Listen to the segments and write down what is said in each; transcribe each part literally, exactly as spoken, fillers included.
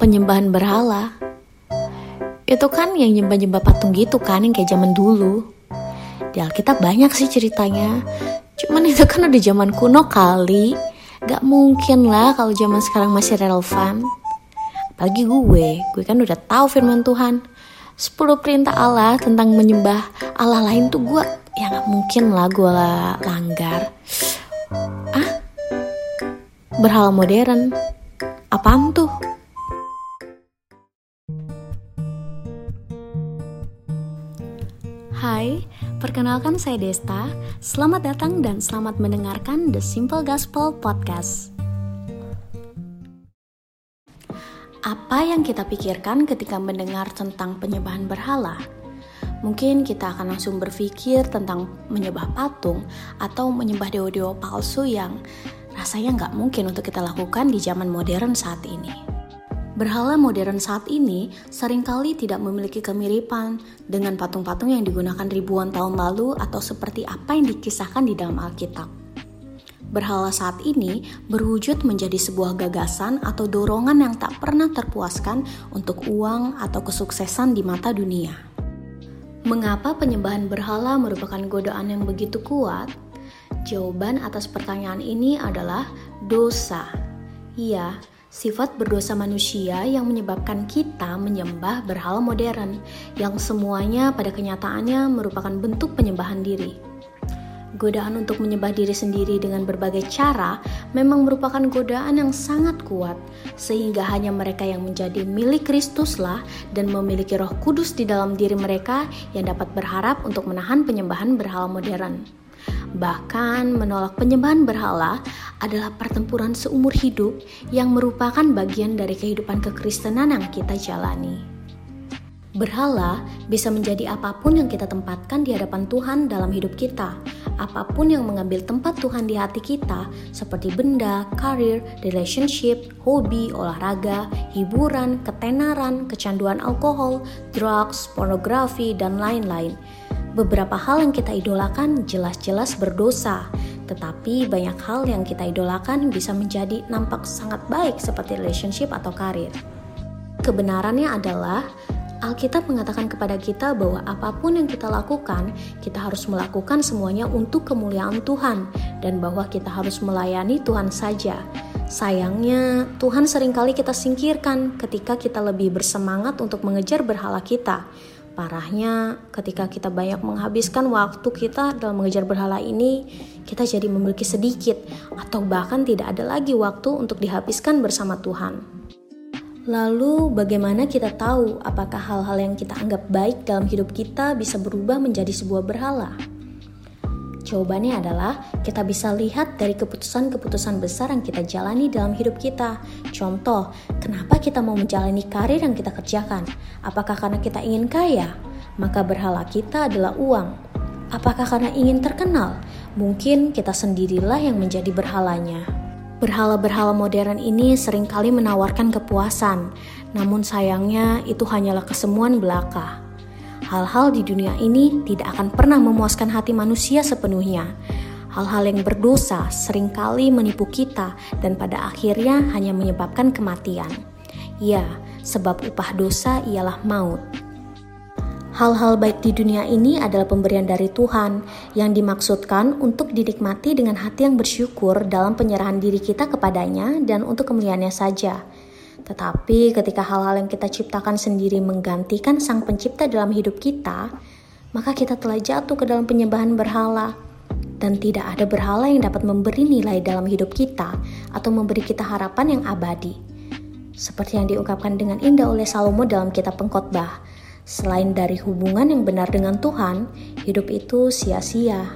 penyembahan berhala. Itu kan yang nyembah-nyembah patung gitu kan, yang kayak zaman dulu. Di Alkitab banyak sih ceritanya. Cuman itu kan udah zaman kuno kali. Gak mungkin lah kalau zaman sekarang masih relevan. Apalagi gue, gue kan udah tahu firman Tuhan. sepuluh perintah Allah tentang menyembah Allah lain tuh gue, ya gak mungkin lah gue langgar. Ah? Berhala modern? Apaan tuh? Hai, perkenalkan saya Desta. Selamat datang dan selamat mendengarkan The Simple Gospel Podcast. Apa yang kita pikirkan ketika mendengar tentang penyembahan berhala? Mungkin kita akan langsung berpikir tentang menyembah patung atau menyembah dewa-dewa palsu yang rasanya nggak mungkin untuk kita lakukan di zaman modern saat ini. Berhala modern saat ini seringkali tidak memiliki kemiripan dengan patung-patung yang digunakan ribuan tahun lalu atau seperti apa yang dikisahkan di dalam Alkitab. Berhala saat ini berwujud menjadi sebuah gagasan atau dorongan yang tak pernah terpuaskan untuk uang atau kesuksesan di mata dunia. Mengapa penyembahan berhala merupakan godaan yang begitu kuat? Jawaban atas pertanyaan ini adalah dosa. Iya, sifat berdosa manusia yang menyebabkan kita menyembah berhala modern yang semuanya pada kenyataannya merupakan bentuk penyembahan diri. Godaan untuk menyembah diri sendiri dengan berbagai cara memang merupakan godaan yang sangat kuat, sehingga hanya mereka yang menjadi milik Kristuslah dan memiliki Roh Kudus di dalam diri mereka yang dapat berharap untuk menahan penyembahan berhala modern. Bahkan menolak penyembahan berhala adalah pertempuran seumur hidup yang merupakan bagian dari kehidupan kekristenan yang kita jalani. Berhala bisa menjadi apapun yang kita tempatkan di hadapan Tuhan dalam hidup kita. Apapun yang mengambil tempat Tuhan di hati kita, seperti benda, karir, relationship, hobi, olahraga, hiburan, ketenaran, kecanduan alkohol, drugs, pornografi, dan lain-lain. Beberapa hal yang kita idolakan jelas-jelas berdosa, tetapi banyak hal yang kita idolakan bisa menjadi nampak sangat baik seperti relationship atau karir. Kebenarannya adalah Alkitab mengatakan kepada kita bahwa apapun yang kita lakukan, kita harus melakukan semuanya untuk kemuliaan Tuhan dan bahwa kita harus melayani Tuhan saja. Sayangnya, Tuhan seringkali kita singkirkan ketika kita lebih bersemangat untuk mengejar berhala kita. Parahnya, ketika kita banyak menghabiskan waktu kita dalam mengejar berhala ini, kita jadi memiliki sedikit atau bahkan tidak ada lagi waktu untuk dihabiskan bersama Tuhan. Lalu, bagaimana kita tahu apakah hal-hal yang kita anggap baik dalam hidup kita bisa berubah menjadi sebuah berhala? Jawabannya adalah kita bisa lihat dari keputusan-keputusan besar yang kita jalani dalam hidup kita. Contoh, kenapa kita mau menjalani karir yang kita kerjakan? Apakah karena kita ingin kaya? Maka berhala kita adalah uang. Apakah karena ingin terkenal? Mungkin kita sendirilah yang menjadi berhalanya. Berhala-berhala modern ini seringkali menawarkan kepuasan, namun sayangnya itu hanyalah kesemuan belaka. Hal-hal di dunia ini tidak akan pernah memuaskan hati manusia sepenuhnya. Hal-hal yang berdosa seringkali menipu kita dan pada akhirnya hanya menyebabkan kematian. Ya, sebab upah dosa ialah maut. Hal-hal baik di dunia ini adalah pemberian dari Tuhan yang dimaksudkan untuk dinikmati dengan hati yang bersyukur dalam penyerahan diri kita kepadanya dan untuk kemuliaannya saja. Tetapi ketika hal-hal yang kita ciptakan sendiri menggantikan Sang Pencipta dalam hidup kita, maka kita telah jatuh ke dalam penyembahan berhala. Dan tidak ada berhala yang dapat memberi nilai dalam hidup kita atau memberi kita harapan yang abadi. Seperti yang diungkapkan dengan indah oleh Salomo dalam kitab Pengkhotbah, selain dari hubungan yang benar dengan Tuhan, hidup itu sia-sia.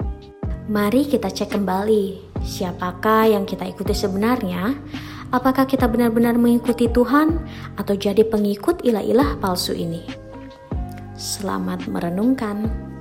Mari kita cek kembali, siapakah yang kita ikuti sebenarnya? Apakah kita benar-benar mengikuti Tuhan atau jadi pengikut ilah-ilah palsu ini? Selamat merenungkan.